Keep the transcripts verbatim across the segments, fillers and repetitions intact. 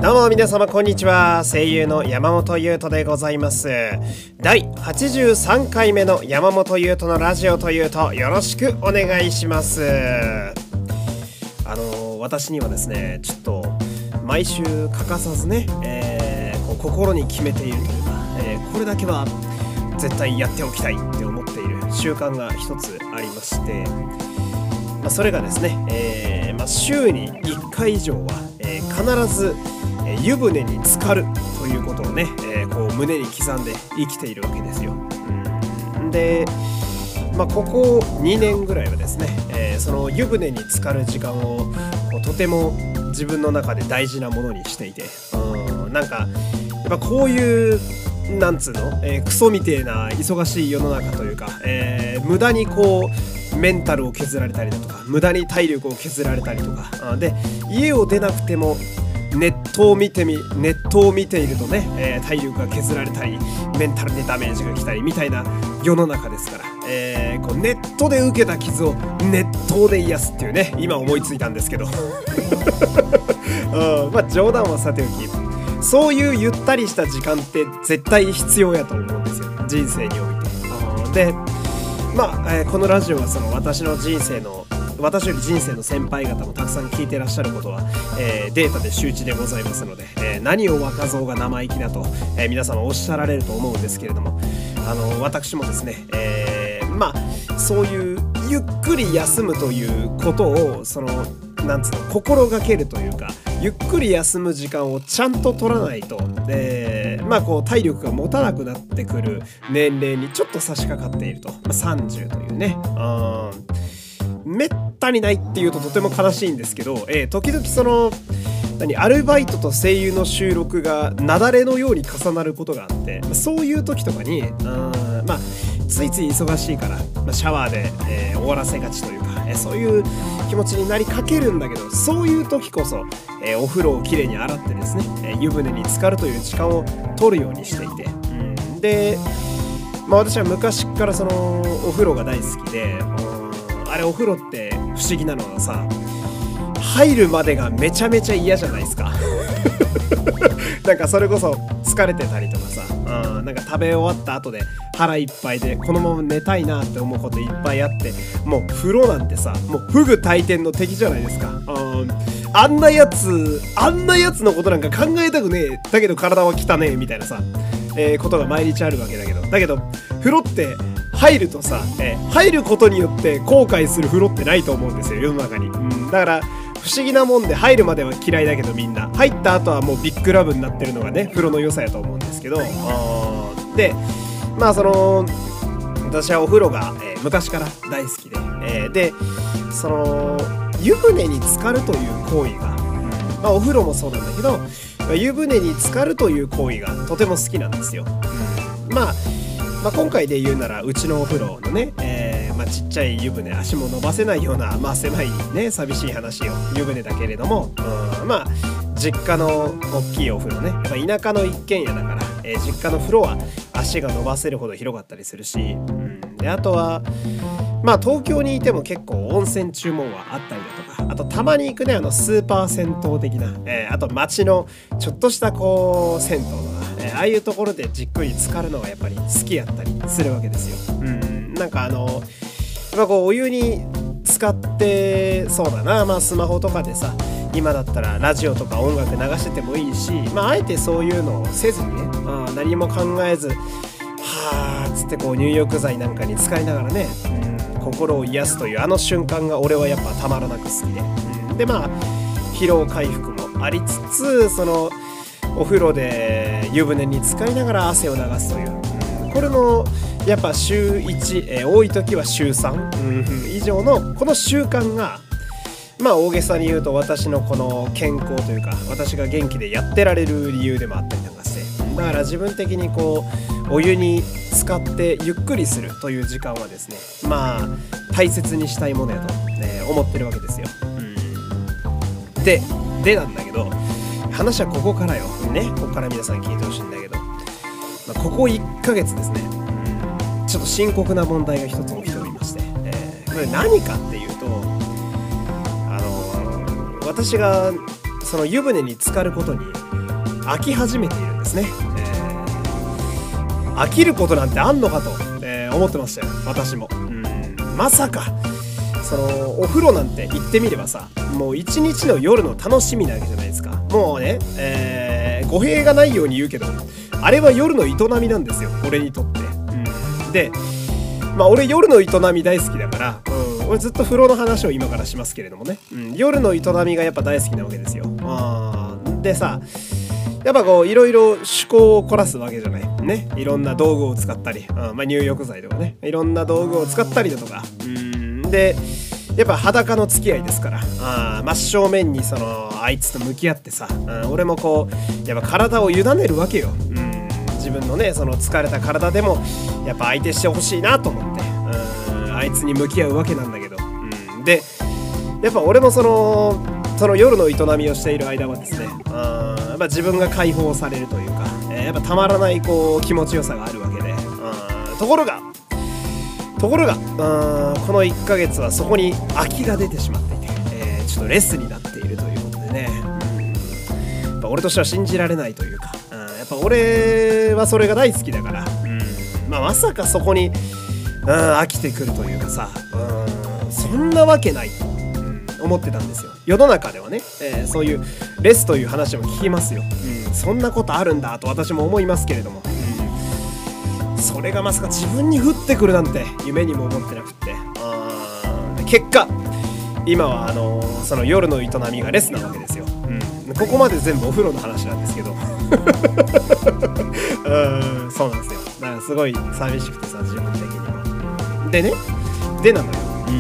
どうも皆様こんにちは。声優の山本優斗でございます。だいはちじゅうさんかいめの山本優斗のラジオというとよろしくお願いします。あの私にはですね、ちょっと毎週欠かさずね、えー、こう心に決めているというか、えー、これだけは絶対やっておきたいって思っている習慣が一つありまして、まあ、それがですね、えーまあ、週にいっかい以上は、えー、必ず湯船に浸かるということをね、えー、こう胸に刻んで生きているわけですよ。うん、で、まあ、ここにねんぐらいはですね、えー、その湯船に浸かる時間をこうとても自分の中で大事なものにしていて、うん、なんかやっぱこういうなんつうの、えー、クソみてえな忙しい世の中というか、えー、無駄にこうメンタルを削られたりだとか、無駄に体力を削られたりとかで、家を出なくてもネットを見てみネットを見ているとね、えー、体力が削られたりメンタルにダメージが来たりみたいな世の中ですから、えー、こうネットで受けた傷をネットで癒すっていうね、今思いついたんですけど、うん、まあ冗談はさておき、そういうゆったりした時間って絶対必要やと思うんですよ、人生において。で、まあ、えー、このラジオはその私の人生の私より人生の先輩方もたくさん聞いてらっしゃることは、えー、データで周知でございますので、えー、何を若造が生意気だと、えー、皆様おっしゃられると思うんですけれども、あの私もですね、えー、まあそういうゆっくり休むということをそのなんつうの心がけるというか、ゆっくり休む時間をちゃんと取らないと、えー、まあこう体力が持たなくなってくる年齢にちょっと差し掛かっていると、まあ、さんじゅうというね、あめったにないっていうととても悲しいんですけど、えー、時々その何アルバイトと声優の収録が雪崩のように重なることがあって、そういう時とかにあまあついつい忙しいから、まあ、シャワーで、えー、終わらせがちというか、えー、そういう気持ちになりかけるんだけど、そういう時こそ、えー、お風呂をきれいに洗ってですね、えー、湯船に浸かるという時間を取るようにしていて、うん、で、まあ、私は昔からそのお風呂が大好きで、あれお風呂って不思議なのはさ、入るまでがめちゃめちゃ嫌じゃないですかなんかそれこそ疲れてたりとかさ、うん、なんか食べ終わった後で腹いっぱいでこのまま寝たいなって思うこといっぱいあって、もう風呂なんてさ、もうフグ大天の敵じゃないですか。うん、あんなやつあんなやつのことなんか考えたくねえ、だけど体は汚ねえみたいなさ、えー、ことが毎日あるわけだけど、だけど風呂って入るとさ、えー、入ることによって後悔する風呂ってないと思うんですよ、世の中に。うん、だから不思議なもんで、入るまでは嫌いだけどみんな入った後はもうビッグラブになってるのがね、風呂の良さやと思うんですけど、あでまあその私はお風呂が、えー、昔から大好きで、えー、でその湯船に浸かるという行為が、まあ、お風呂もそうなんだけど、湯船に浸かるという行為がとても好きなんですよ。うん、まあまあ、今回で言うならうちのお風呂のね、えーまあ、ちっちゃい湯船、足も伸ばせないような、まあ、狭いね寂しい話よ、湯船だけれども、うん、まあ実家の大きいお風呂ね、やっぱ田舎の一軒家だから、えー、実家の風呂は足が伸ばせるほど広かったりするし、うん、であとはまあ東京にいても結構温泉注文はあったりだとか、あとたまに行くね、あのスーパー銭湯的な、えー、あと街のちょっとしたこう銭湯とか、えー、ああいうところでじっくり浸かるのがやっぱり好きやったりするわけですよ。うん、なんかあのやっぱこうお湯に浸かってそうだな、まあスマホとかでさ、今だったらラジオとか音楽流しててもいいし、まああえてそういうのをせずにね、あ何も考えずはーっつってこう入浴剤なんかに使いながらね、うん、心を癒すというあの瞬間が俺はやっぱたまらなく好きで、うん、でまあ疲労回復もありつつ、そのお風呂で湯船に浸かりながら汗を流すという、うん、これのやっぱ週いち、えー、多い時は週さん、うん、以上のこの習慣が、まあ大げさに言うと私のこの健康というか、私が元気でやってられる理由でもあったりとかして、だから自分的にこうお湯に浸かってゆっくりするという時間はですね、まあ大切にしたいものやと、ね、思ってるわけですよ。うん、ででなんだけど、話はここからよね、ここから皆さん聞いてほしいんだけど、まあ、ここいっかげつですね、うん、ちょっと深刻な問題が一つ起きておりまして、えー、これ何かっていうと、あのー、私がその湯船に浸かることに飽き始めているんですね。えー、飽きることなんてあんのかと、えー、思ってましたよ私も。うんまさかそのお風呂なんて言ってみればさ、もう一日の夜の楽しみなわけじゃないですか。もうね、えー、語弊がないように言うけど、あれは夜の営みなんですよ俺にとって。うん、でまあ俺夜の営み大好きだから、うん、俺ずっと風呂の話を今からしますけれどもね、うん、夜の営みがやっぱ大好きなわけですよ。あでさ、やっぱこういろいろ趣向を凝らすわけじゃないね。いろんな道具を使ったり、うんまあ、入浴剤とかね、いろんな道具を使ったりだとか、うんでやっぱ裸の付き合いですから、あ真正面にそのあいつと向き合ってさ、うん俺もこうやっぱ体を委ねるわけよ。うん自分のねその疲れた体でもやっぱ相手してほしいなと思って、うんあいつに向き合うわけなんだけど、うんでやっぱ俺もそのその夜の営みをしている間はですね、あやっぱ自分が解放されるというか、えー、やっぱたまらないこう気持ちよさがあるわけで、ところがところがこのいっかげつはそこに空きが出てしまっていて、えー、ちょっとレスになっているということでね、うん、やっぱ俺としては信じられないというか、うん、やっぱ俺はそれが大好きだから、うんまあ、まさかそこに、うん、飽きてくるというかさ、うん、そんなわけないと、うん、思ってたんですよ。世の中ではね、えー、そういうレスという話も聞きますよ、うん、そんなことあるんだと私も思いますけれども、それがまさか自分に降ってくるなんて夢にも思ってなくって、あで結果今はあのー、その夜の営みがレスなわけですよ、うん、ここまで全部お風呂の話なんですけどうんそうなんですよ。だからすごい寂しくてさ自分的にもでねでなのよ、うん、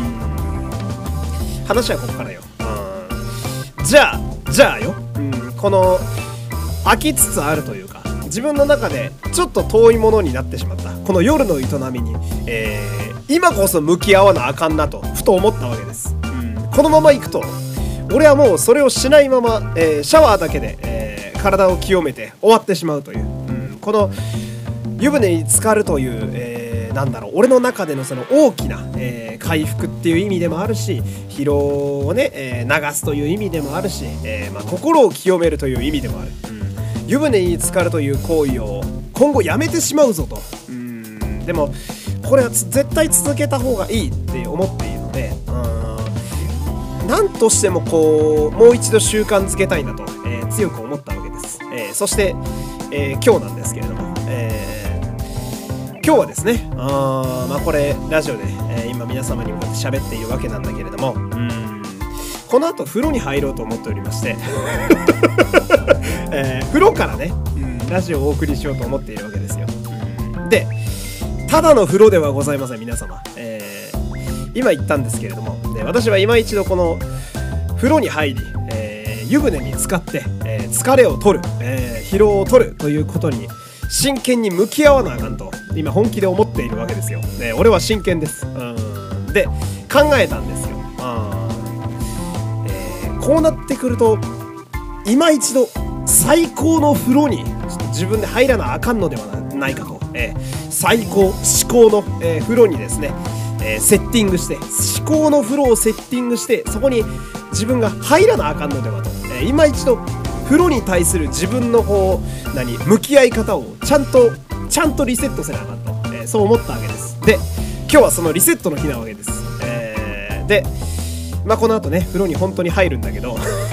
話はここからよ。じゃあじゃあよ、うん、この飽きつつあるというか自分の中でちょっと遠いものになってしまったこの夜の営みに、えー、今こそ向き合わなあかんなとふと思ったわけです、うん、このまま行くと俺はもうそれをしないまま、えー、シャワーだけで、えー、体を清めて終わってしまうという、うん、この湯船に浸かるという、えー、なんだろう俺の中でのその大きな、えー、回復っていう意味でもあるし疲労をね、えー、流すという意味でもあるし、えーまあ、心を清めるという意味でもある、うん湯船に浸かるという行為を今後やめてしまうぞと。うーんでもこれは絶対続けた方がいいって思っているので、うーん何としてもこうもう一度習慣づけたいなと、えー、強く思ったわけです、えー、そして、えー、今日なんですけれども、えー、今日はですねあ、まあ、これラジオで、えー、今皆様に向かって喋っているわけなんだけれども、うーんこの後風呂に入ろうと思っておりまして、えー、風呂からね、うん、ラジオをお送りしようと思っているわけですよ、うん、でただの風呂ではございません皆様、えー、今言ったんですけれどもで私は今一度この風呂に入り、えー、湯船に浸かって、えー、疲れを取る、えー、疲労を取るということに真剣に向き合わなあかんと今本気で思っているわけですよ、ね、俺は真剣です、うんで考えたんですよ。こうなってくると今一度最高の風呂にちょっと自分で入らなあかんのではないかと、えー、最高至高の、えー、風呂にですね、えー、セッティングして至高の風呂をセッティングしてそこに自分が入らなあかんのではと、えー、今一度風呂に対する自分のこう何向き合い方をちゃんとちゃんとリセットせなあかんと、えー、そう思ったわけです。で今日はそのリセットの日なわけです、えー、でまあこの後ね風呂に本当に入るんだけど、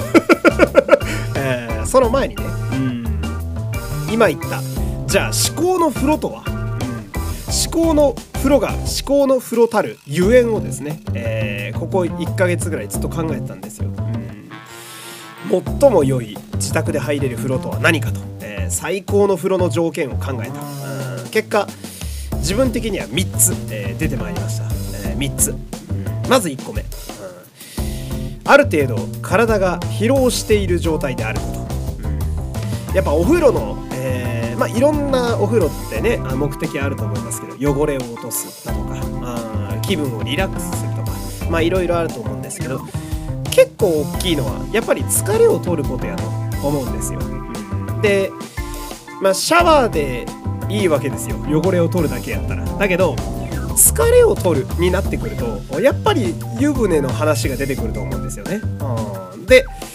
えー、その前にねうん今言ったじゃあ至高の風呂とは、うん、至高の風呂が至高の風呂たるゆえんをですね、えー、ここいっかげつぐらいずっと考えてたんですよ、うん、最も良い自宅で入れる風呂とは何かと、えー、最高の風呂の条件を考えた、うん、結果自分的にはみっつ、えー、出てまいりました、えー、みっつ、うん、まずいっこめある程度体が疲労している状態であること、うん、やっぱお風呂の、えーまあ、いろんなお風呂ってね目的あると思いますけど汚れを落とすだとかあ気分をリラックスするとかまあいろいろあると思うんですけど結構大きいのはやっぱり疲れを取ることやと思うんですよ、うん、で、まあ、シャワーでいいわけですよ汚れを取るだけやったら。だけど疲れを取るになってくるとやっぱり湯船の話が出てくると思うんですよね、うん、で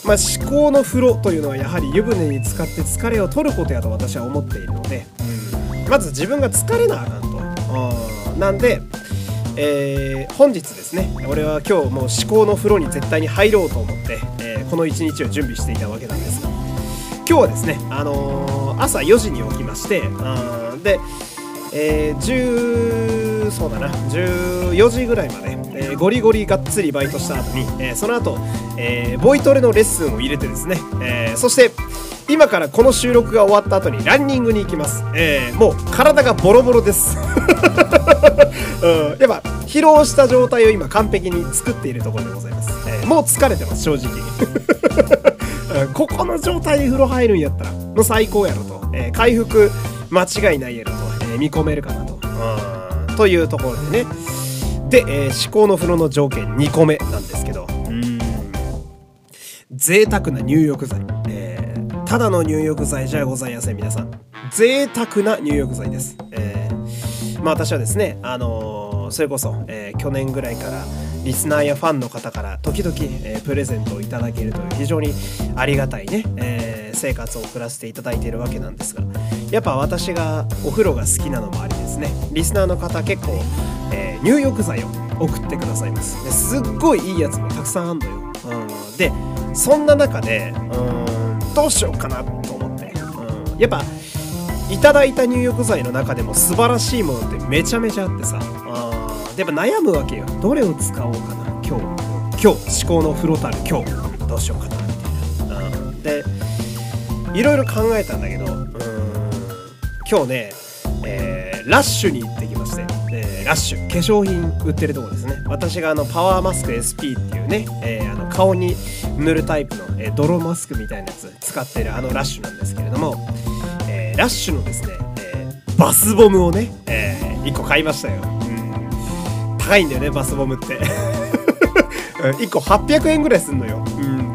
まあ、至高の風呂というのはやはり湯船に浸かって疲れを取ることやと私は思っているので、うん、まず自分が疲れなあかんと。あなんで、えー、本日ですね、俺は今日もう至高の風呂に絶対に入ろうと思って、えー、この一日を準備していたわけなんですが、今日はですね、あのー、朝よじに起きまして、あで、えー、じゅうそうだなじゅうよじぐらいまで、えー、ゴリゴリがっつりバイトした後に、えー、その後、えー、ボイトレのレッスンを入れてですね、えー、そして今からこの収録が終わった後にランニングに行きます。えー、もう体がボロボロです、うん、やっぱ疲労した状態を今完璧に作っているところでございます。えー、もう疲れてます正直ここの状態で風呂入るんやったらもう最高やろと、えー、回復間違いないやろと、えー、見込めるかなと、うん、というところでね。で、えー、至高の風呂の条件にこめなんですけど、うーん贅沢な入浴剤、えー、ただの入浴剤じゃございません皆さん。贅沢な入浴剤です。えー、まあ私はですね、あのー、それこそ、えー、去年ぐらいからリスナーやファンの方から時々、えー、プレゼントをいただけるという非常にありがたいね、えー、生活を送らせていただいているわけなんですが、やっぱ私がお風呂が好きなのもありですね、リスナーの方結構、えー、入浴剤を送ってくださいます。ですっごいいいやつもたくさんあんのよ、うん、でそんな中でうーんどうしようかなと思って、うん、やっぱいただいた入浴剤の中でも素晴らしいものってめちゃめちゃあってさ、あやっぱ悩むわけよ。どれを使おうかな今日今日至高の風呂たる今日どうしようかなみたいな、うん、でいろいろ考えたんだけど、うーん今日ね、えー、ラッシュに行ってきまして、えー、ラッシュ化粧品売ってるとこですね。私があのパワーマスク エスピー っていうね、えー、あの顔に塗るタイプの、えー、泥マスクみたいなやつ使ってるあのラッシュなんですけれども、えー、ラッシュのですね、えー、バスボムをね、えー、いっこ買いましたよ。高いんだよねバスボムっていっこはっぴゃくえんぐらいすんのよ、うん、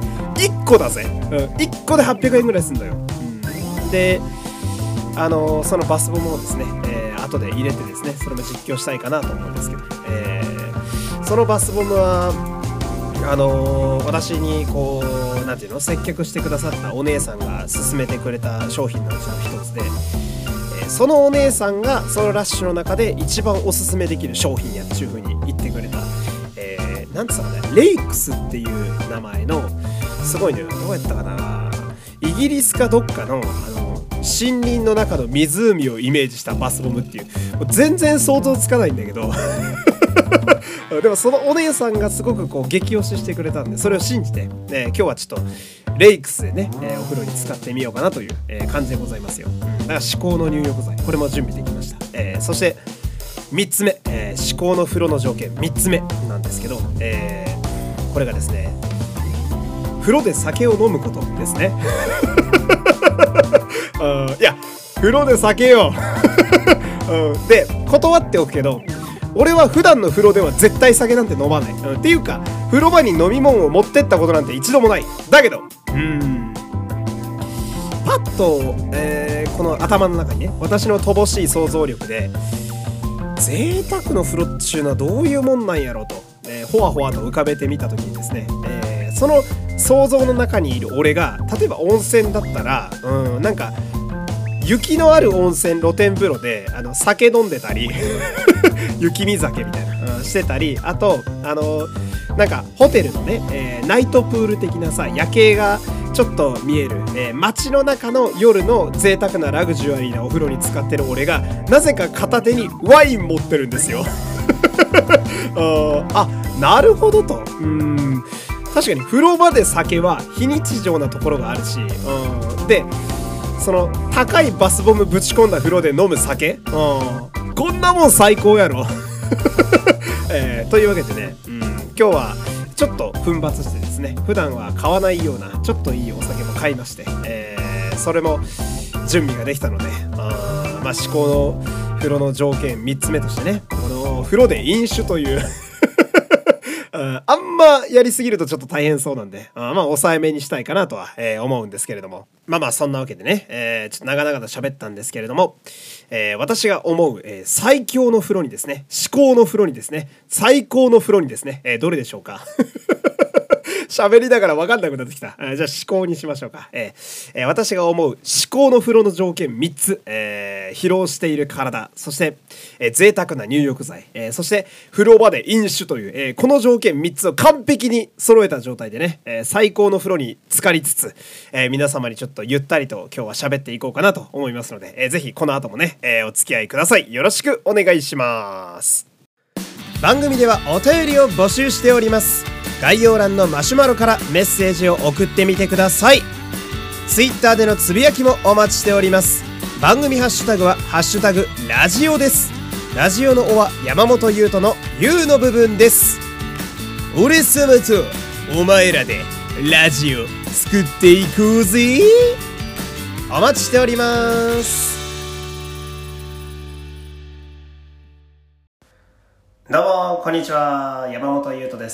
いっこだぜ、うん、いっこではっぴゃくえんぐらいすんのよ、うん、であのー、そのバスボムをですね、えー、後で入れてですねそれも実況したいかなと思うんですけど、えー、そのバスボムはあのー、私にこうなんていうの接客してくださったお姉さんが勧めてくれた商品のうちの一つで、そのお姉さんがそのラッシュの中で一番おすすめできる商品やっていう風に言ってくれた、えー、なんつうのかねレイクスっていう名前のすごいね、どうやったかな、イギリスかどっかのあの森林の中の湖をイメージしたバスボムっていう、もう全然想像つかないんだけどでもそのお姉さんがすごくこう激推ししてくれたんでそれを信じて、ね、今日はちょっとレイクスでね、えー、お風呂に使ってみようかなという、えー、感じでございますよ。だから至高の入浴剤これも準備できました。えー、そしてみっつめ、えー、至高の風呂の条件みっつめなんですけど、えー、これがですね風呂で酒を飲むことですねあいや風呂で酒よ、うん、で断っておくけど俺は普段の風呂では絶対酒なんて飲まない、うん、っていうか風呂場に飲み物を持ってったことなんて一度もない。だけどうーんパッと、えー、この頭の中にね私の乏しい想像力で贅沢の風呂っちゅうのはどういうもんなんやろうと、えー、ほわほわと浮かべてみた時にですね、えー、その想像の中にいる俺が例えば温泉だったらうんなんか雪のある温泉露天風呂であの酒飲んでたり雪見酒みたいな、うん、してたり、あとあのなんかホテルのね、えー、ナイトプール的なさ夜景がちょっと見える、えー、街の中の夜の贅沢なラグジュアリーなお風呂に使ってる俺がなぜか片手にワイン持ってるんですよあ、なるほどと。うーん確かに風呂場で酒は非日常なところがあるし、うんでその高いバスボムぶち込んだ風呂で飲む酒、うん、こんなもん最高やろ、えー、というわけでね、うん、今日はちょっと奮発してですね普段は買わないようなちょっといいお酒も買いまして、えー、それも準備ができたので、あまあ至高の風呂の条件みっつめとしてねこの風呂で飲酒というあ, あんまやりすぎるとちょっと大変そうなんで、あまあ抑えめにしたいかなとは、えー、思うんですけれども、まあまあそんなわけでね、えー、ちょっと長々と喋ったんですけれども、えー、私が思う、えー、最強の風呂にですね至高の風呂にですね最高の風呂にですね、えー、どれでしょうか喋りながら分かんなくなってきた。あじゃあ思考にしましょうか。えーえー私が思う思考の風呂の条件みっつ、えー疲労している体、そして、えー贅沢な入浴剤、えーそして風呂場で飲酒という、えーこの条件みっつを完璧に揃えた状態でね、えー最高の風呂に浸かりつつ、えー皆様にちょっとゆったりと今日は喋っていこうかなと思いますので、えーぜひこの後もね、えーお付き合いください。よろしくお願いします。番組ではお便りを募集しております。概要欄のマシュマロからメッセージを送ってみてください。ツイッターでのつぶやきもお待ちしております。番組ハッシュタグはハッシュタグラジオです。ラジオのおは山本優斗の優の部分です。俺様とお前らでラジオ作っていこうぜ。お待ちしております。どうもこんにちは、山本優斗です。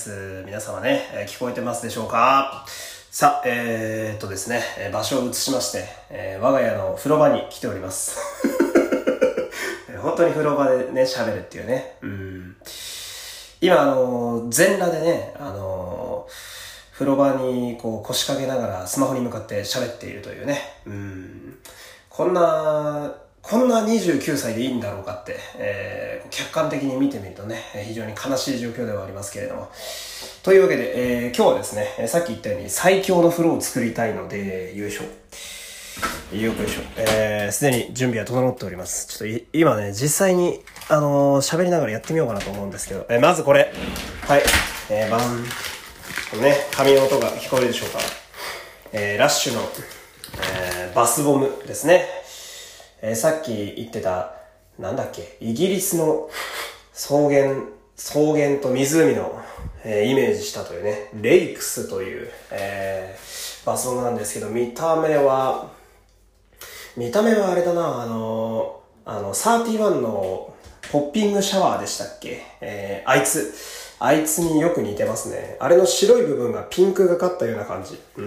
皆様ね、えー、聞こえてますでしょうか。さあ、えー、っとですね、場所を移しまして、えー、我が家の風呂場に来ております本当に風呂場でね喋るっていうね。うん今あの全裸でね、あの風呂場にこう腰掛けながらスマホに向かって喋っているというね。うんこんなこんなにじゅうきゅうさいでいいんだろうかって、えー、客観的に見てみるとね、非常に悲しい状況ではありますけれども。というわけで、えー、今日はですね、さっき言ったように最強の風呂を作りたいので、よいしょ。よいしょ。えー、すでに準備は整っております。ちょっと今ね、実際に、あのー、喋りながらやってみようかなと思うんですけど、えー、まずこれ。はい。えー、バン。このね、紙の音が聞こえるでしょうか。えー、ラッシュの、えー、バスボムですね。えー、さっき言ってた、なんだっけ、イギリスの草原、草原と湖の、えー、イメージしたというね、レイクスという、えー、バスボムなんですけど、見た目は、見た目はあれだな、あの、あの、サーティワンのポッピングシャワーでしたっけ、えー、あいつ、あいつによく似てますね。あれの白い部分がピンクがかったような感じ。うん。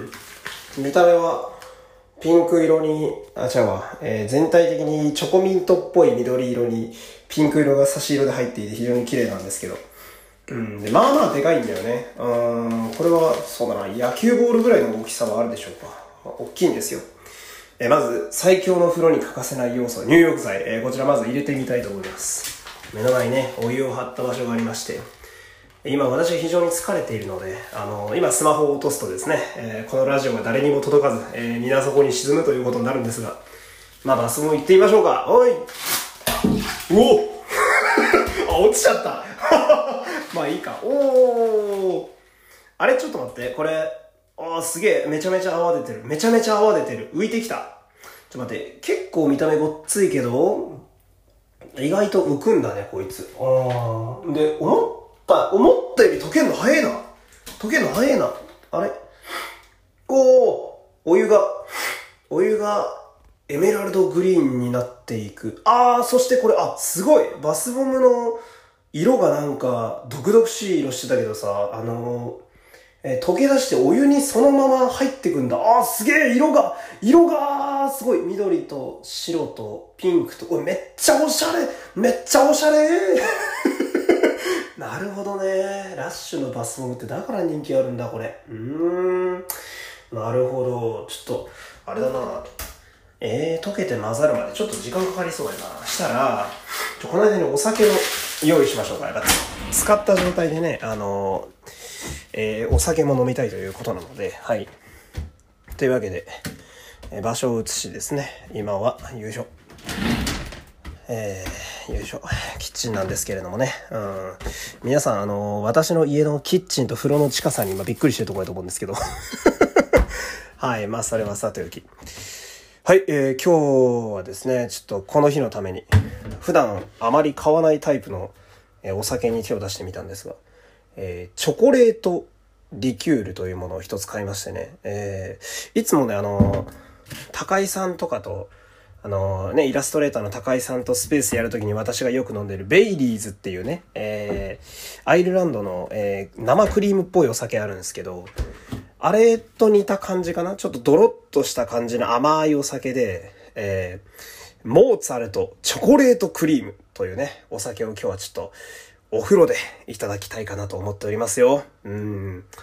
見た目は、ピンク色に、あ、違うわ、えー、全体的にチョコミントっぽい緑色にピンク色が差し色で入っていて非常に綺麗なんですけど。うん。で、まあまあでかいんだよね。うーん、これは、そうだな、野球ボールぐらいの大きさはあるでしょうか。大きいんですよ。えー、まず、最強の風呂に欠かせない要素、入浴剤。えー、こちらまず入れてみたいと思います。目の前にね、お湯を張った場所がありまして、今私は非常に疲れているので、あの、今スマホを落とすとですね、えー、このラジオが誰にも届かず、えー、水底に沈むということになるんですが、まあバスも行ってみましょうか。おい、うおあ、落ちちゃったまあいいか。おーあれちょっと待って、これ、あーすげえ、めちゃめちゃ泡出てる。めちゃめちゃ泡出てる。浮いてきた。ちょっと待って、結構見た目ごっついけど、意外と浮くんだね、こいつ。あーで、思っ思ったより溶けるの早いな。溶けるの早いな。あれおーお湯が、お湯がエメラルドグリーンになっていく。あー、そしてこれ、あ、すごい。バスボムの色がなんか、毒々しい色してたけどさ、あのー、えー、溶け出してお湯にそのまま入ってくんだ。あー、すげえ色が、色が、すごい。緑と白とピンクと、これめっちゃおしゃれ。めっちゃおしゃれなるほどね。ラッシュのバスボムってだから人気あるんだ、これ。うーん。なるほど。ちょっと、あれだな。えー、溶けて混ざるまでちょっと時間かかりそうやな。したら、ちょこの間にお酒の用意しましょうか。やっぱ使った状態でね、あのー、えー、お酒も飲みたいということなので、はい。というわけで、えー、場所を移しですね。今は、よいしょ。えー、よいしょ。キッチンなんですけれどもね。うん。皆さん、あのー、私の家のキッチンと風呂の近さに今びっくりしてるところだと思うんですけど。はい。まあ、それはさておき。はい。えー、今日はですね、ちょっとこの日のために、普段あまり買わないタイプの、えー、お酒に手を出してみたんですが、えー、チョコレートリキュールというものを一つ買いましてね。えー、いつもね、あのー、高井さんとかと、あのね、イラストレーターの高井さんとスペースやるときに私がよく飲んでるベイリーズっていうね、えー、アイルランドの、えー、生クリームっぽいお酒あるんですけど、あれと似た感じかな？ちょっとドロッとした感じの甘いお酒で、えー、モーツァルトチョコレートクリームというね、お酒を今日はちょっとお風呂でいただきたいかなと思っておりますよ。うん。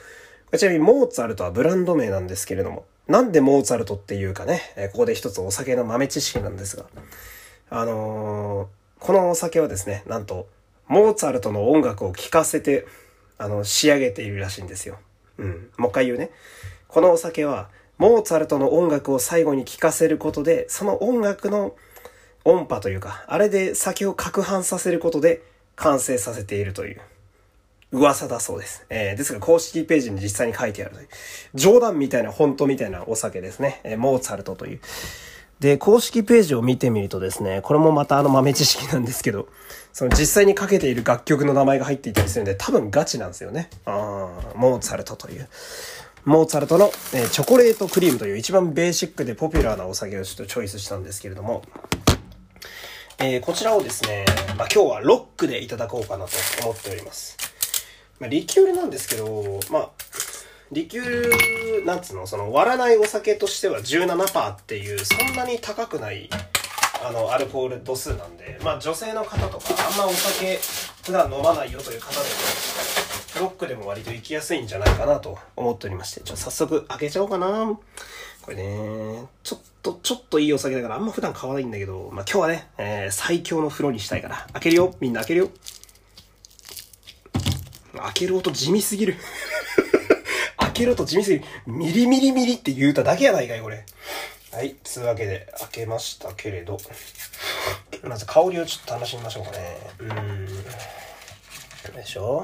れちなみにモーツァルトはブランド名なんですけれども、なんでモーツァルトっていうかね、えー、ここで一つお酒の豆知識なんですが、あのー、このお酒はですね、なんと、モーツァルトの音楽を聴かせて、あの、仕上げているらしいんですよ。うん。もう一回言うね。このお酒は、モーツァルトの音楽を最後に聴かせることで、その音楽の音波というか、あれで酒を攪拌させることで完成させているという噂だそうです。えー、ですが公式ページに実際に書いてあるという。冗談みたいな本当みたいなお酒ですね。えー、モーツァルトという。で、公式ページを見てみるとですね、これもまたあの豆知識なんですけど、その実際にかけている楽曲の名前が入っていたりするんで、多分ガチなんですよね。あー、モーツァルトという。モーツァルトの、えー、チョコレートクリームという一番ベーシックでポピュラーなお酒をちょっとチョイスしたんですけれども、えー、こちらをですね、まあ、今日はロックでいただこうかなと思っております。まあ、リキュールなんですけど、まあ、リキュール、なんつうの、その割らないお酒としては じゅうななパーセント っていうそんなに高くないあのアルコール度数なんで、まあ女性の方とかあんまお酒普段飲まないよという方でもロックでも割と行きやすいんじゃないかなと思っておりまして、ちょっと早速開けちゃおうかな。これね、ちょっとちょっといいお酒だからあんま普段買わないんだけど、まあ今日はね、えー、最強の風呂にしたいから開けるよ。みんな開けるよ。開ける音地味すぎる。開ける音地味すぎる。ミリミリミリって言うただけやないかいこれ。はい、つうわけで開けましたけれど、まず香りをちょっと楽しみましょうかね。うーん。よいしょ。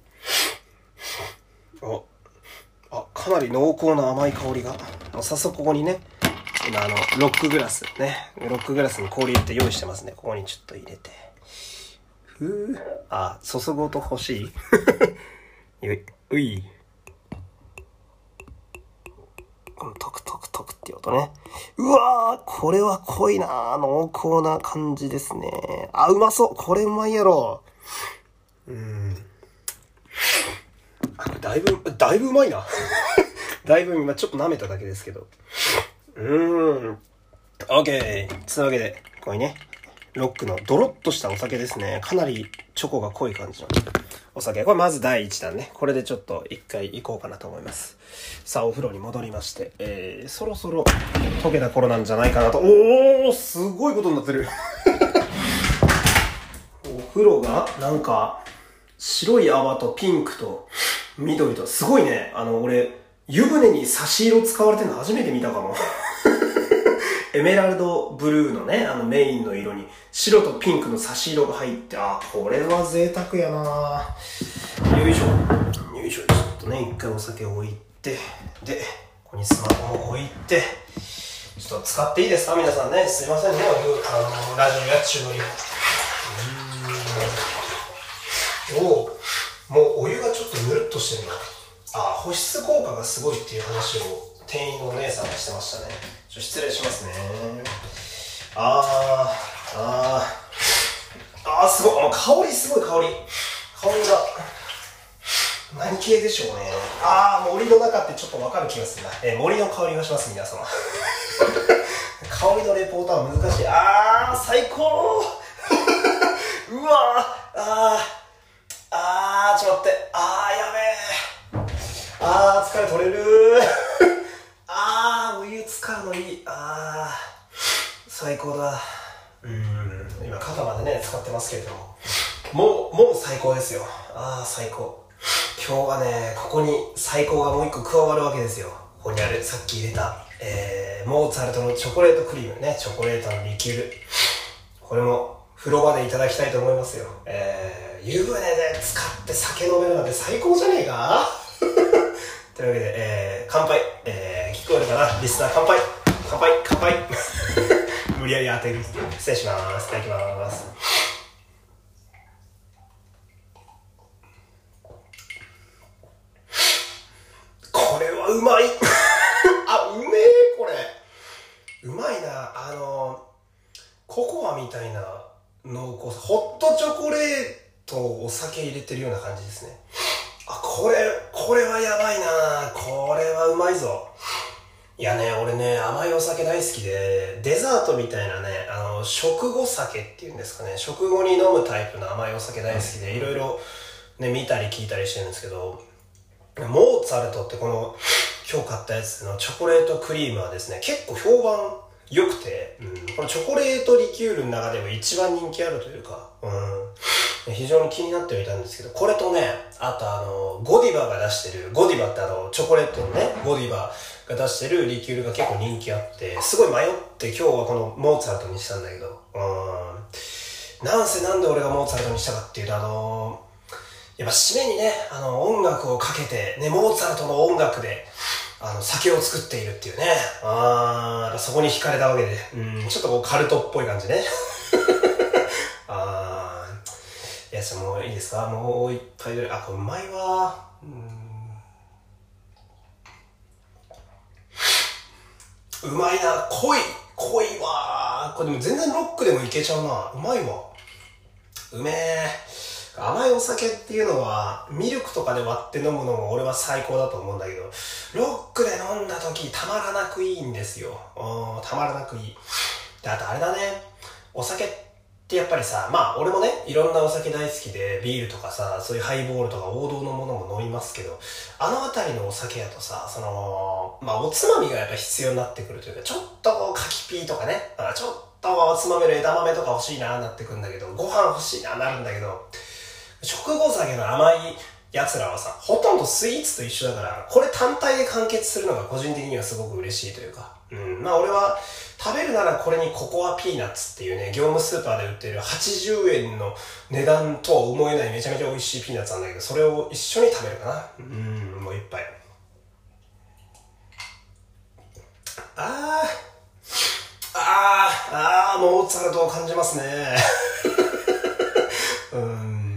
お、あ、かなり濃厚な甘い香りが。早速ここにね、今あのロックグラスね、ロックグラスに氷入れて用意してますね。ここにちょっと入れて。ふー。あ、注ぐ音欲しい。よい、うい。このトクトクトクっていう音ね。うわー、これは濃いなー。濃厚な感じですね。あ、うまそう。これうまいやろ。うーん。あ、だいぶ、だいぶうまいな。だいぶ今ちょっと舐めただけですけど。うーん。オッケー。つうわけで、これね、ロックのドロッとしたお酒ですね。かなりチョコが濃い感じのお酒。これまず第一弾ね。これでちょっと一回行こうかなと思います。さあ、お風呂に戻りまして、えー、そろそろ溶けた頃なんじゃないかなと。おー、すごいことになってる。お風呂がなんか白い泡とピンクと緑と、すごいね。あの、俺、湯船に差し色使われてるの初めて見たかも。エメラルドブルーのね、あのメインの色に白とピンクの差し色が入って、あ、これは贅沢やな。よいしょ。よいしょ。ちょっとね、一回お酒を置いて、で、ここにスマホも置いて、ちょっと使っていいですか皆さんね。すいませんね。あの、ラジオやっちゅうのに。うーん。おお、もうお湯がちょっとぬるっとしてるな。あ、保湿効果がすごいっていう話を店員のお姉さんがしてましたね。ちょ失礼しますね。あー、あー、あーすごい。香りすごい香り。香りが。何系でしょうね。あー、森の中ってちょっとわかる気がするな。えー、森の香りがします、皆様。香りのレポートは難しい。あー、最高。うわー、あー、あー、ちょっと待って。あー、やべー。あー、疲れ取れるー。あー、お湯使うのいい。あー、最高だ。うーん、今肩までね、使ってますけれども。もう、もう最高ですよ。あー、最高。今日はね、ここに最高がもう一個加わるわけですよ。ここにある、さっき入れた、えー、モーツァルトのチョコレートクリームね、チョコレートのリキュール。これも風呂場でいただきたいと思いますよ。えー、湯船で使って酒飲めるなんて最高じゃねえか。というわけで、えー、乾杯。えー、聞こえるかなリスナー乾杯。乾杯、乾杯。無理やり当てる。失礼します。いただきます。これはうまい。あ、うめえ、これ。うまいな。あの、ココアみたいな濃厚さ。ホットチョコレートお酒入れてるような感じですね。あ、これ、これはやばいな。これはうまいぞ。いやね、俺ね、甘いお酒大好きで、デザートみたいなね、あの、食後酒っていうんですかね、食後に飲むタイプの甘いお酒大好きで、いろいろね、見たり聞いたりしてるんですけど、 モーツァルトってこの今日買ったやつのチョコレートクリームはですね、結構評判良くて、うん、このチョコレートリキュールの中でも一番人気あるというか、うん、非常に気になってはいたんですけど、これとね、あとあの、ゴディバが出してる、ゴディバってあの、チョコレートのね、ゴディバが出してるリキュールが結構人気あって、すごい迷って今日はこのモーツァルトにしたんだけど、うん、なんせなんで俺がモーツァルトにしたかっていうと、あの、やっぱ締めにね、あの、音楽をかけて、ね、モーツァルトの音楽で、あの、酒を作っているっていうね。あー、そこに惹かれたわけで、うん、ちょっとこうカルトっぽい感じね。あー、いや、ちょっともういいですか？もう一杯ぐらい。あ、これうまいわ。うん、うまいな。濃い。濃いわ。これでも全然ロックでもいけちゃうな。うまいわ。うめえ。甘いお酒っていうのはミルクとかで割って飲むのも俺は最高だと思うんだけど、ロックで飲んだ時たまらなくいいんですよ。うん、たまらなくいい。で、あとあれだね、お酒ってやっぱりさ、まあ俺もね、いろんなお酒大好きで、ビールとかさ、そういうハイボールとか王道のものも飲みますけど、あのあたりのお酒やとさ、その、まあおつまみがやっぱ必要になってくるというか、ちょっとこう柿ピーとかね、ちょっとつまめる枝豆とか欲しいなーなってくるんだけど、ご飯欲しいなーなるんだけど、食後酒の甘い奴らはさ、ほとんどスイーツと一緒だから、これ単体で完結するのが個人的にはすごく嬉しいというか、うん、まあ俺は食べるならこれにココアピーナッツっていうね、業務スーパーで売ってるはちじゅうえんの値段とは思えないめちゃめちゃ美味しいピーナッツなんだけど、それを一緒に食べるかな。うん、もう一杯。あー、あー、あー、モーツァルトを感じますね。うん、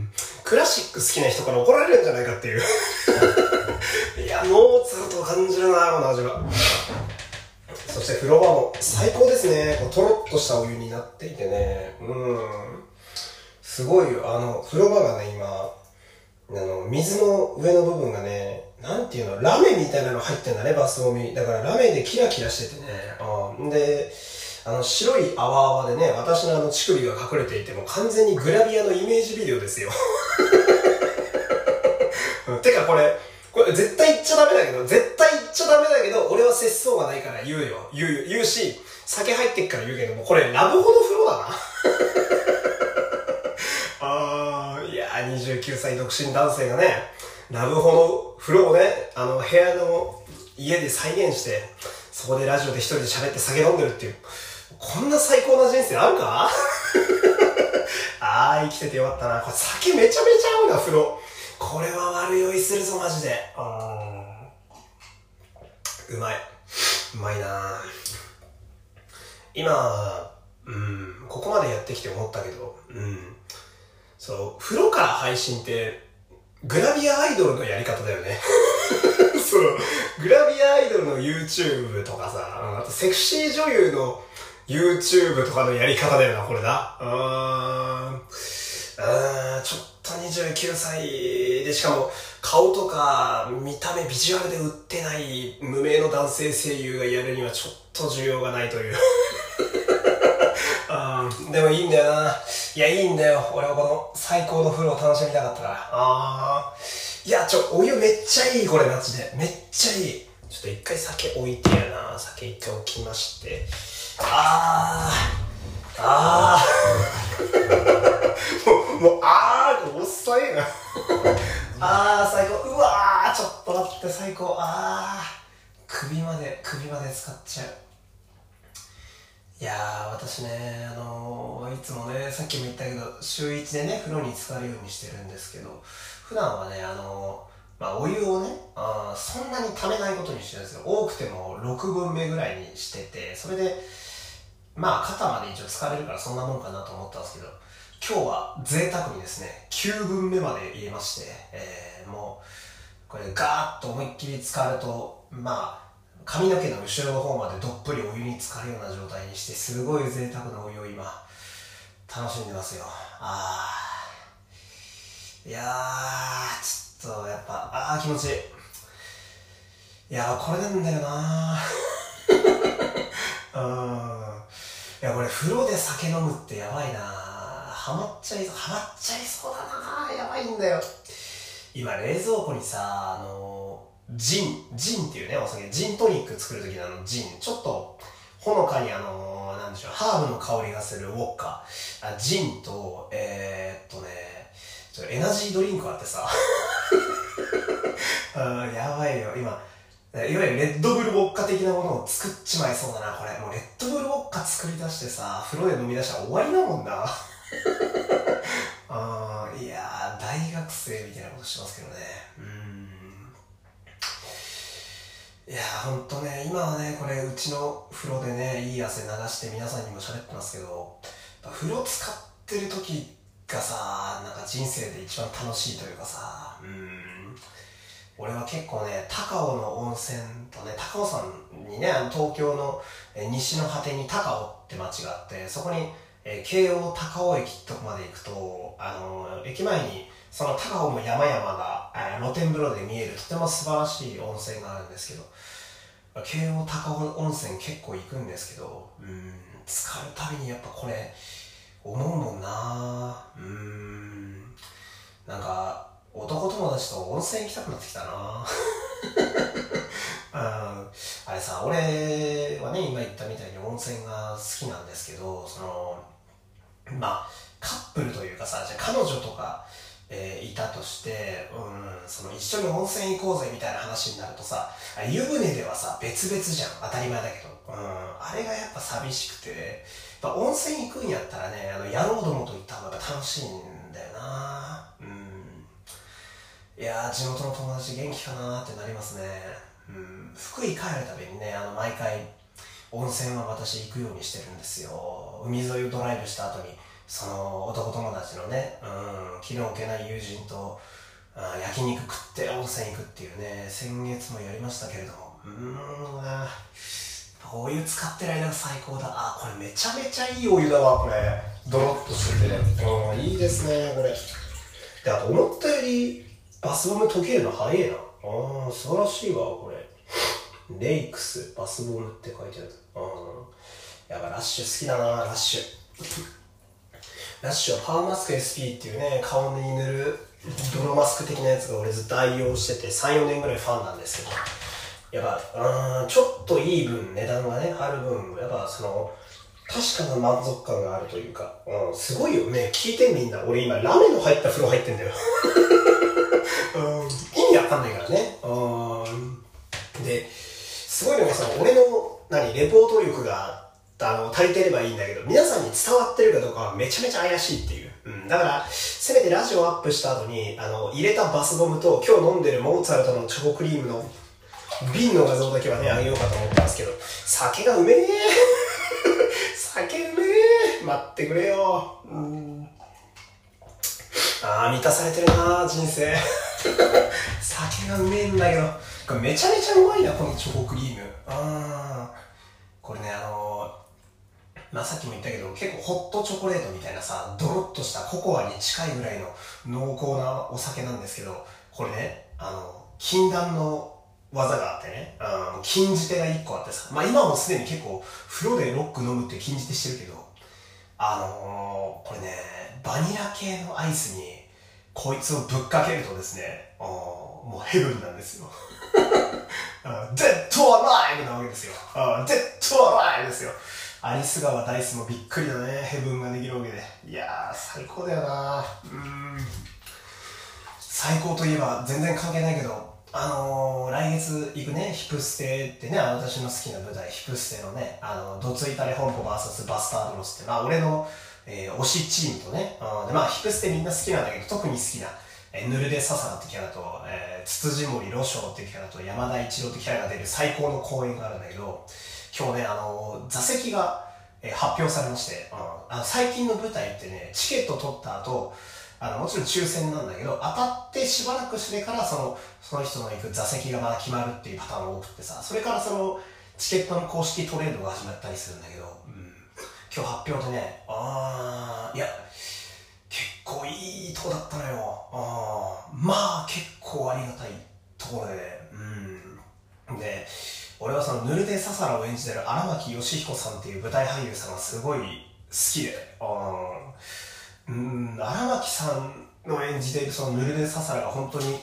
クラシック好きな人から怒られるんじゃないかっていう。いや、モーツァルトを感じるな、この味は。そして風呂場も最高ですね。こうトロッとしたお湯になっていてね。うん。すごいよ。あの、風呂場がね、今、あの、水の上の部分がね、なんていうの、ラメみたいなの入ってんだね、バスボミ。だからラメでキラキラしててね。うん。で、あの、白い泡泡でね、私のあの乳首が隠れていても完全にグラビアのイメージビデオですよ。てかこれ、これ絶対言っちゃダメだけど、絶対言っちゃダメだけど、俺は節操がないから言うよ。言うよ。言うし、酒入ってっから言うけども、これラブホの風呂だな。あー、いやー、にじゅうきゅうさい独身男性がね、ラブホの風呂をね、あの、部屋の家で再現して、そこでラジオで一人で喋って酒飲んでるっていう、こんな最高な人生あるか？あー、生きててよかったな。これ酒めちゃめちゃ合うな、風呂。これは悪酔いするぞ、マジで。あー、うまい。うまいな。今、うん、ここまでやってきて思ったけど、うん、そう、風呂から配信って、グラビアアイドルのやり方だよね。そう、グラビアアイドルの YouTube とかさ、あとセクシー女優の YouTube とかのやり方だよな、これな。うーん。うーん、ちょっとにじゅうきゅうさいで、しかも顔とか見た目ビジュアルで売ってない無名の男性声優がやるにはちょっと需要がないという。あー、でもいいんだよな。いや、いいんだよ。俺はこの最高の風呂を楽しみたかったから。あー。いや、ちょ、お湯めっちゃいい、これマジで。めっちゃいい。ちょっと一回酒置いてやな。酒一回置きまして。あー。あー。もう、もう、あー、遅いな。あー、最高。うわー、ちょっと待って、最高。あー。首まで、首まで使っちゃう。いやー、私ね、あのー、いつもね、さっきも言ったけど、週一でね、風呂に浸かるようにしてるんですけど、普段はね、あのー、まあ、お湯をね、あそんなに溜めないことにしてるんですよ。多くてもろくぶんめぐらいにしてて、それで、まあ、肩まで一応浸かれるからそんなもんかなと思ったんですけど、今日は贅沢にですね、きゅうぶんめまで入れまして、えー、もう、これガーッと思いっきり浸かると、まあ、髪の毛の後ろの方までどっぷりお湯に浸かるような状態にして、すごい贅沢なお湯を今、楽しんでますよ。あー。いやー、ちょっとやっぱ、あー気持ちいい。いやー、これなんだよなー。うん。いや、これ風呂で酒飲むってやばいなー。ハマっちゃいそう、ハマっちゃいそうだなー。やばいんだよ。今冷蔵庫にさ、あのー、 ジン、ジンっていうね、お酒、ジントニック作るときのあのジン、ちょっと、ほのかにあのー、なんでしょう、ハーブの香りがするウォッカ、あジンと、えー、っとね、ちょエナジードリンクあってさ、あやばいよ、今、いわゆるレッドブルウォッカ的なものを作っちまいそうだな、これ。もうレッドブルウォッカ作り出してさ、風呂で飲み出したら終わりだもんな。あいやー、大学生みたいなことしてますけどね。うーん。いやー、ほんとね、今はね、これ、うちの風呂でね、いい汗流して皆さんにも喋ってますけど、風呂使ってる時がさ、なんか人生で一番楽しいというかさ、うーん。俺は結構ね、高尾の温泉とね、高尾山にね、あの東京の西の果てに高尾って町があって、そこに、えー、京王高尾駅ってとこまで行くと、あのー、駅前にその高尾の山々が、えー、露天風呂で見えるとても素晴らしい温泉があるんですけど、京王高尾温泉結構行くんですけど、うーん、浸かるたびにやっぱこれ、思うもんなうーん、なんか、男友達と温泉行きたくなってきたなああれさ、俺はね、今言ったみたいに温泉が好きなんですけど、その、まあ、カップルというかさ、じゃあ彼女とか、えー、いたとして、うん、その一緒に温泉行こうぜみたいな話になるとさ、湯船ではさ、別々じゃん。当たり前だけど。うん、あれがやっぱ寂しくて、やっぱ温泉行くんやったらね、あの、野郎どもと行った方が楽しいんだよなうん。いやー、地元の友達元気かなーってなりますね。うん、福井帰るたびにね、あの、毎回、温泉は私行くようにしてるんですよ。海沿いをドライブした後に、その男友達のね、うん、気の置けない友人と、あ焼肉食って温泉行くっていうね、先月もやりましたけれども、うーん、あお湯使ってる間が最高だ。あ、これめちゃめちゃいいお湯だわ、これ。ドロッとしててね。うん、いいですね、これ。で、あと思ったより、バスボム溶けるの早いな。ああ、素晴らしいわ、これ。レイクス、バスボムって書いてある。うん。やっぱラッシュ好きだな、ラッシュ。ラッシュはパワーマスク エスピー っていうね、顔に塗る泥マスク的なやつが俺ずっと愛用してて、さん、よねんぐらいファンなんですけど。やっぱ、うん、ちょっといい分、値段がね、張る分、やっぱその、確かな満足感があるというか、うん、すごいよね。聞いてみんな。俺今、ラメの入った風呂入ってんだよ。うん、意味わかんないからね。うん、で、すごいのがさ、俺の、何、レポート力が、あの、足りてればいいんだけど、皆さんに伝わってるかどうかはめちゃめちゃ怪しいっていう。うん、だから、せめてラジオアップした後に、あの、入れたバスボムと、今日飲んでるモーツァルトのチョコクリームの瓶の画像だけはね、あげようかと思ったんですけど、酒がうめえ酒うめえ待ってくれよ。うん、あー、満たされてるな人生。酒がうめえんだけど、これめちゃめちゃうまいな、このチョコクリーム。あー、これね、あのー、まあ、さっきも言ったけど、結構ホットチョコレートみたいなさ、ドロッとしたココアに近いぐらいの濃厚なお酒なんですけど、これね、あの、禁断の技があってね、あの禁じ手がいっこあってさ、まあ今もすでに結構風呂でロック飲むって禁じ手してるけど、あのー、これね、バニラ系のアイスにこいつをぶっかけるとですね、あもうヘブンなんですよ。デッドアライブなわけですよ。デッドアライブですよ。アリス川ダイスもびっくりだね、ヘブンができるわけで。いやー、最高だよなうーん。最高といえば全然関係ないけど、あのー、来月行くね、ヒプステってね、私の好きな舞台、ヒプステのね、あの、ドツイタレ本舗 ブイエス バスタードロスって、まあ俺の、えー、推しチームとね、うん、でまあヒプステみんな好きなんだけど、特に好きな、えー、ヌルデササラってキャラと、えー、ツツジモリロショウってキャラと、山田一郎ってキャラが出る最高の公演があるんだけど、今日ね、あのー、座席が、えー、発表されまして、うん、あの最近の舞台ってね、チケット取った後、あの、もちろん抽選なんだけど、当たってしばらくしてから、その、その人の行く座席がまだ決まるっていうパターンが多くってさ、それからその、チケットの公式トレードが始まったりするんだけど、うん、今日発表でね、あー、いや、結構いいとこだったのよ。あー、まあ、結構ありがたいところで、うん。で、俺はその、ヌルデササラを演じてる荒牧義彦さんっていう舞台俳優さんがすごい好きで、あーうん、荒牧さんの演じているそのヌルデササラが本当に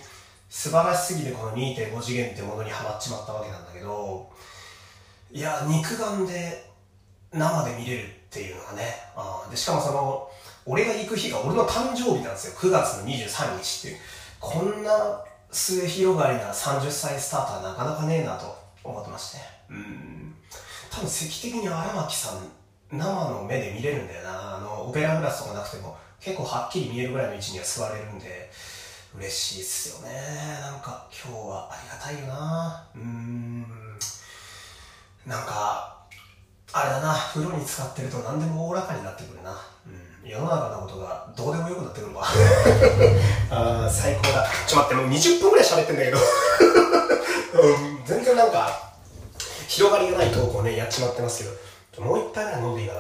素晴らしすぎてこの にてんご 次元ってものにハマっちまったわけなんだけど、いや肉眼で生で見れるっていうのがね、あでしかもその俺が行く日が俺の誕生日なんですよ。くがつのにじゅうさんにちっていう、こんな末広がりなさんじゅっさいスタートはなかなかねえなと思ってまして、うん多分席的に荒牧さん生の目で見れるんだよな。あのオペラグラスとかなくても結構はっきり見えるぐらいの位置には座れるんで嬉しいっすよね。なんか今日はありがたいよな。うーんなんかあれだな、風呂に浸かってると何でもおおらかになってくるな。うん世の中のことがどうでもよくなってくるわあー最高だ。ちょっと待って、もうにじゅっぷんぐらい喋ってんだけど、うん、全然なんか広がりがないトークをねやっちまってますけど、ちょもう一杯ぐらい飲んでいいかな。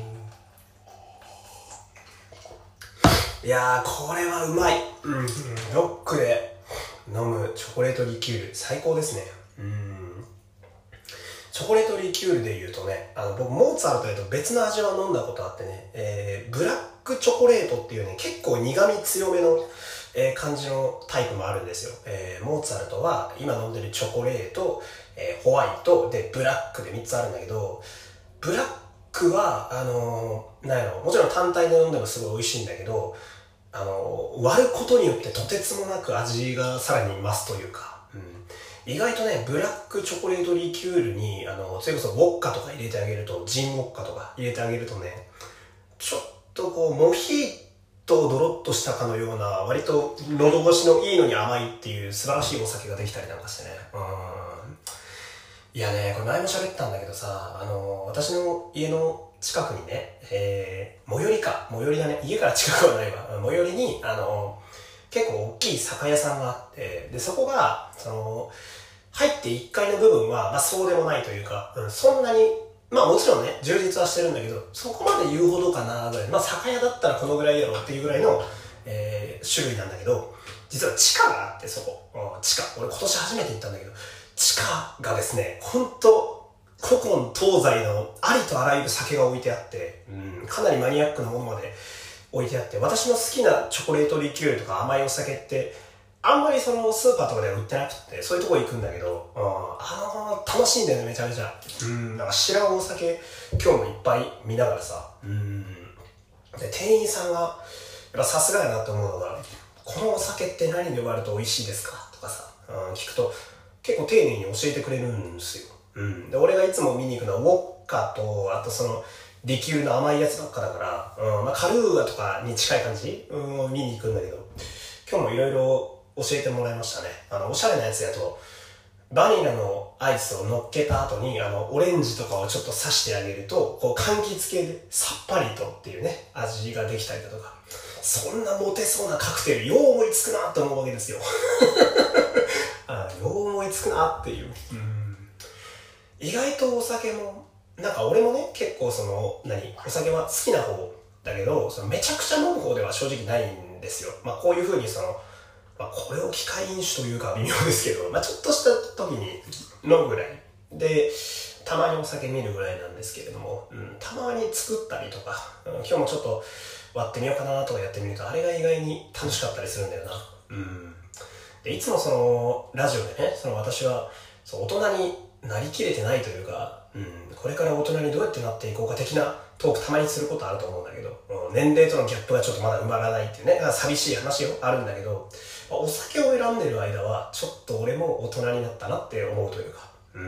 うんいやーこれはうまい。うん、うん、ロックで飲むチョコレートリキュール最高ですね。うんチョコレートリキュールで言うとね、あの僕モーツァルトと別の味は飲んだことあってね、えー、ブラックチョコレートっていうね結構苦味強めの、えー、感じのタイプもあるんですよ。えー、モーツァルトは今飲んでるチョコレート、えー、ホワイトでブラックでみっつあるんだけど、ブラックはあのー、なんやろもちろん単体で飲んでもすごい美味しいんだけど、あのー、割ることによってとてつもなく味がさらに増すというか、意外とね、ブラックチョコレートリキュールに、あの、それこそウォッカとか入れてあげると、ジンウォッカとか入れてあげるとね、ちょっとこう、モヒートドロッとしたかのような、割と喉越しのいいのに甘いっていう素晴らしいお酒ができたりなんかしてね。うん。いやね、これ前も喋ったんだけどさ、あの、私の家の近くにね、えー、最寄りか、最寄りだね、家から近くはないわ。最寄りに、あの、結構大きい酒屋さんがあって、で、そこが、その、入っていっかいの部分は、まあそうでもないというか、うん、そんなに、まあもちろんね、充実はしてるんだけど、そこまで言うほどかなぐらい、まあ酒屋だったらこのぐらいやろっていうぐらいの、えー、種類なんだけど、実は地下があって、そこ。うん、地下。俺今年初めて行ったんだけど、地下がですね、ほんと、古今東西のありとあらゆる酒が置いてあって、うん、かなりマニアックなものまで置いてあって、私の好きなチョコレートリキュールとか甘いお酒って、あんまりそのスーパーとかでは売ってなくて、そういうとこ行くんだけど、うん、あの楽しいんだよね、めちゃめちゃ。うん、なんか知らんお酒、今日もいっぱい見ながらさ、うん。で、店員さんが、やっぱさすがやなって思うのが、このお酒って何で割ると美味しいですかとかさ、うん、聞くと、結構丁寧に教えてくれるんですよ。うん。で、俺がいつも見に行くのはウォッカと、あとその、リキュールの甘いやつばっかだから、うん、まあカルーアとかに近い感じ、うん、見に行くんだけど、今日もいろいろ教えてもらいましたね。あの、おしゃれなやつやと、バニラのアイスを乗っけた後に、あの、オレンジとかをちょっと刺してあげると、こう、柑橘系でさっぱりとっていうね、味ができたりだとか、そんなモテそうなカクテル、よう思いつくなって思うわけですよ。あよう思いつくなっていう。うん、意外とお酒も、なんか俺もね、結構その、何、お酒は好きな方だけど、そのめちゃくちゃ飲む方では正直ないんですよ。まあこういう風にその、まあこれを機械飲酒というか微妙ですけど、まあちょっとした時に飲むぐらい。で、たまにお酒見るぐらいなんですけれども、うん、たまに作ったりとか、うん、今日もちょっと割ってみようかなとかやってみると、あれが意外に楽しかったりするんだよな。うん。で、いつもその、ラジオでね、その私は、そう大人になりきれてないというか、うん、これから大人にどうやってなっていこうか的なトークたまにすることあると思うんだけど、うん、年齢とのギャップがちょっとまだ埋まらないっていうね、寂しい話よ、あるんだけど、お酒を選んでる間は、ちょっと俺も大人になったなって思うというか、うん。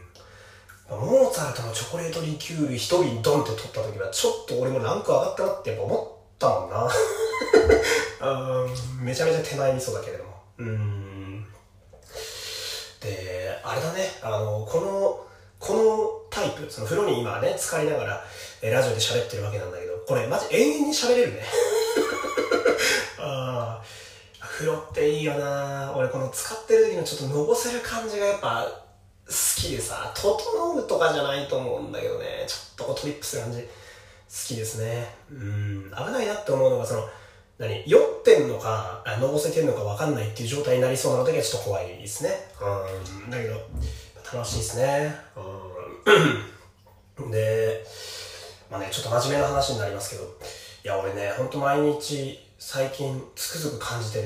モーツァルトのチョコレートリキュール一瓶ドンって取った時は、ちょっと俺もランク上がったなってやっぱ思ったもんな。うんめちゃめちゃ手前味噌だけれども。うんで、あれだね、あの、この、このタイプ、その風呂に今ね、浸かりながら、えラジオで喋ってるわけなんだけど、これマジ永遠に喋れるね。あ風呂っていいよな。俺この使ってる時のちょっとのぼせる感じがやっぱ好きでさ、整うとかじゃないと思うんだけどね、ちょっとこうトリップする感じ好きですね。うん、危ないなって思うのがその、何酔ってんのか、のぼせてんのか分かんないっていう状態になりそうなのだけはちょっと怖いですね。うん、だけど、楽しいですね。うん、で、まあね、ちょっと真面目な話になりますけど、いや俺ね、ほんと毎日最近つくづく感じてる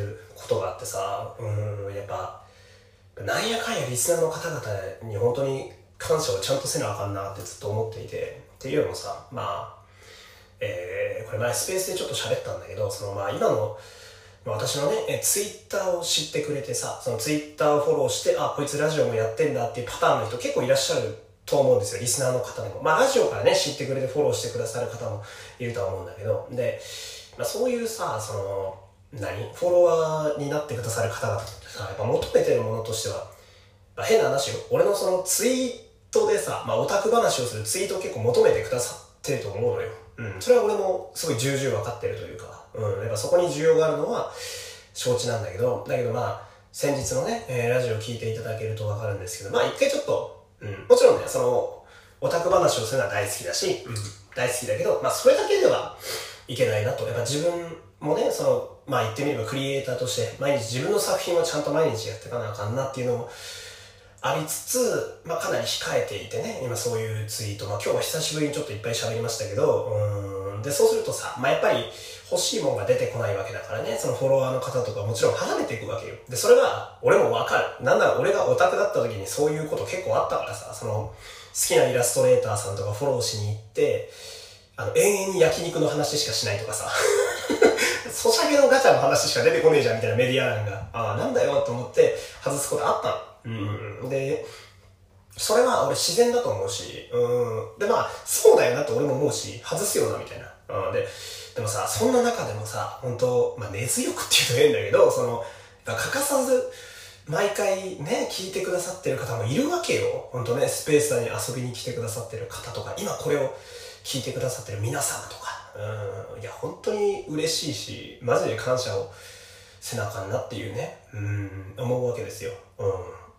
ことがあってさ、うん、やっぱ、なんやかんやリスナーの方々に本当に感謝をちゃんとせなあかんなってずっと思っていて、っていうのもさ、まあ、えー、これ前スペースでちょっと喋ったんだけど、そのまあ今の、私のね、ツイッターを知ってくれてさ、そのツイッターをフォローして、あ、こいつラジオもやってんだっていうパターンの人結構いらっしゃると思うんですよ、リスナーの方でも。まあラジオからね、知ってくれてフォローしてくださる方もいるとは思うんだけど、で、まあそういうさ、その、何フォロワーになってくださる方々ってさ、やっぱ求めてるものとしては、まあ、変な話よ。俺のそのツイートでさ、まあオタク話をするツイートを結構求めてくださってると思うのよ。うん。それは俺もすごい重々分かってるというか、うん。やっぱそこに需要があるのは承知なんだけど、だけどまあ、先日のね、えー、ラジオを聞いていただけると分かるんですけど、まあ一回ちょっと、うん。もちろんね、その、オタク話をするのは大好きだし、うん。大好きだけど、まあそれだけではいけないなと。やっぱ自分もね、その、まあ言ってみればクリエイターとして毎日自分の作品をちゃんと毎日やっていかなあかんなっていうのもありつつ、まあかなり控えていてね、今そういうツイート、まあ今日は久しぶりにちょっといっぱい喋りましたけど、うーん、で、そうするとさ、まあやっぱり欲しいもんが出てこないわけだからね、そのフォロワーの方とかもちろん離れていくわけよ。で、それが俺もわかる。なんなら俺がオタクだった時にそういうこと結構あったからさ、その好きなイラストレーターさんとかフォローしに行って、あの、永遠に焼肉の話しかしないとかさ、ソシャゲのガチャの話しか出てこねえじゃんみたいなメディア欄が、ああ、なんだよと思って外すことあったの。うん。で、それは俺自然だと思うし、うん。で、まあ、そうだよなって俺も思うし、外すよなみたいな。うん。で、でもさ、そんな中でもさ、本当まあ根強くって言うと変だけど、その、欠かさず、毎回ね、聞いてくださってる方もいるわけよ。本当ね、スペースに遊びに来てくださってる方とか、今これを聞いてくださってる皆様とか、うん、いや、本当に嬉しいし、マジで感謝をせなあかんなっていうね、うん、思うわけですよ。うん。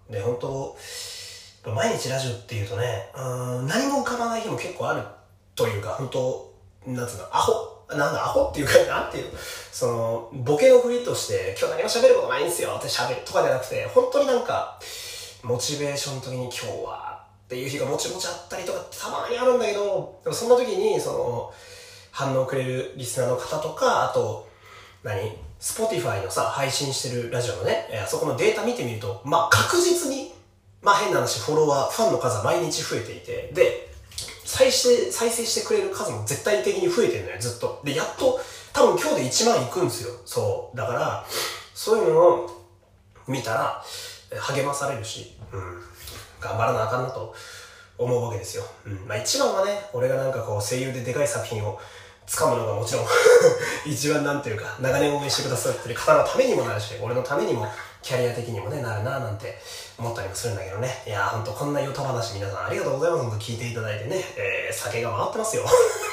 で、本当毎日ラジオっていうとね、うん、何も浮かばない日も結構あるというか、本当なんつうの、アホ、なんだ、アホっていうか、なんていうの、その、ボケのふりとして、今日何も喋ることないんすよって喋るとかじゃなくて、本当になんか、モチベーションの時に今日はっていう日がもちもちあったりとかってたまにあるんだけど、でもそんな時に、その、反応くれるリスナーの方とか、あと、何 Spotify のさ、配信してるラジオのね、えー、そこのデータ見てみると、まあ確実に、まあ変な話、フォロワー、ファンの数は毎日増えていて、で、再生、再生してくれる数も絶対的に増えてるのよ、ずっと。で、やっと、多分今日でいちまんいくんですよ。そう。だから、そういうのを見たら、励まされるし、うん、頑張らなあかんなと思うわけですよ。うん。まあ一番はね、俺がなんかこう声優ででかい作品を掴むのがもちろん一番なんていうか長年応援してくださってる方のためにもなるし、俺のためにもキャリア的にもねなるななんて思ったりもするんだけどね。いやーほんとこんなヨタ話皆さんありがとうございます。ほんと聞いていただいてね、えー、酒が回ってますよ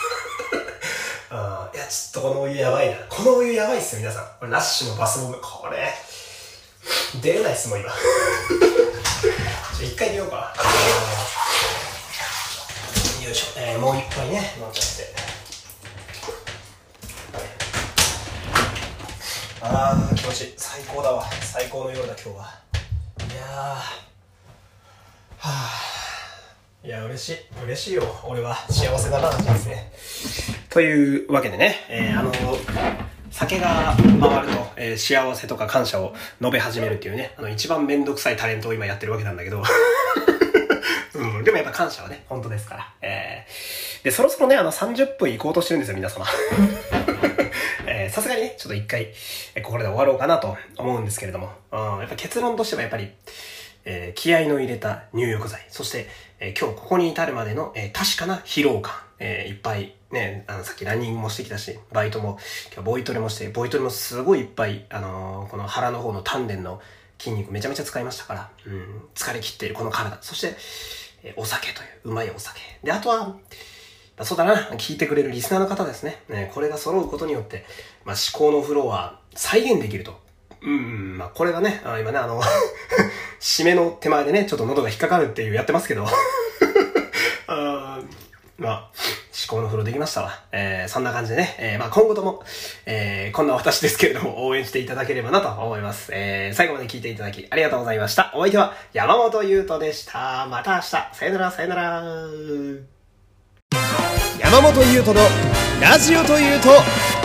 あいやちょっとこのお湯やばいな。このお湯やばいっすよ皆さん。これラッシュのバスボム、これ出れないっすもん今ちょ一回出ようか。よいしょ、えー、もう一杯ね飲んじゃって。あー気持ちいい、最高だわ、最高の夜だ今日は。いやーはーいや嬉しい嬉しいよ、俺は幸せだな人生というわけでね、えー、あの酒が回ると、えー、幸せとか感謝を述べ始めるっていうね、あの一番めんどくさいタレントを今やってるわけなんだけどうん、でもやっぱ感謝はね本当ですから、えー、でそろそろねあのさんじゅっぷん行こうとしてるんですよ皆様さすがにねちょっと一回、えー、ここで終わろうかなと思うんですけれども、うん、やっぱ結論としてはやっぱり、えー、気合の入れた入浴剤、そして、えー、今日ここに至るまでの、えー、確かな疲労感、えー、いっぱいね、あのさっきランニングもしてきたし、バイトも今日ボイトレもして、ボイトレもすごいいっぱい、あのー、この腹の方の丹田の筋肉めちゃめちゃ使いましたから、うん、疲れ切っているこの体、そして、えー、お酒といううまいお酒で、あとはそうだな、聞いてくれるリスナーの方ですね。ね、これが揃うことによって、まあ、思考のフローは再現できると。うん、まあ、これがね、あ今ね、あの、締めの手前でね、ちょっと喉が引っかかるっていうやってますけど、あまあ、思考のフローできましたわ。えー、そんな感じでね、えー、まあ、今後とも、えー、こんな私ですけれども、応援していただければなと思います。えー、最後まで聞いていただきありがとうございました。お相手は山本優斗でした。また明日。さよなら、さよなら。 山本優斗のラジオというと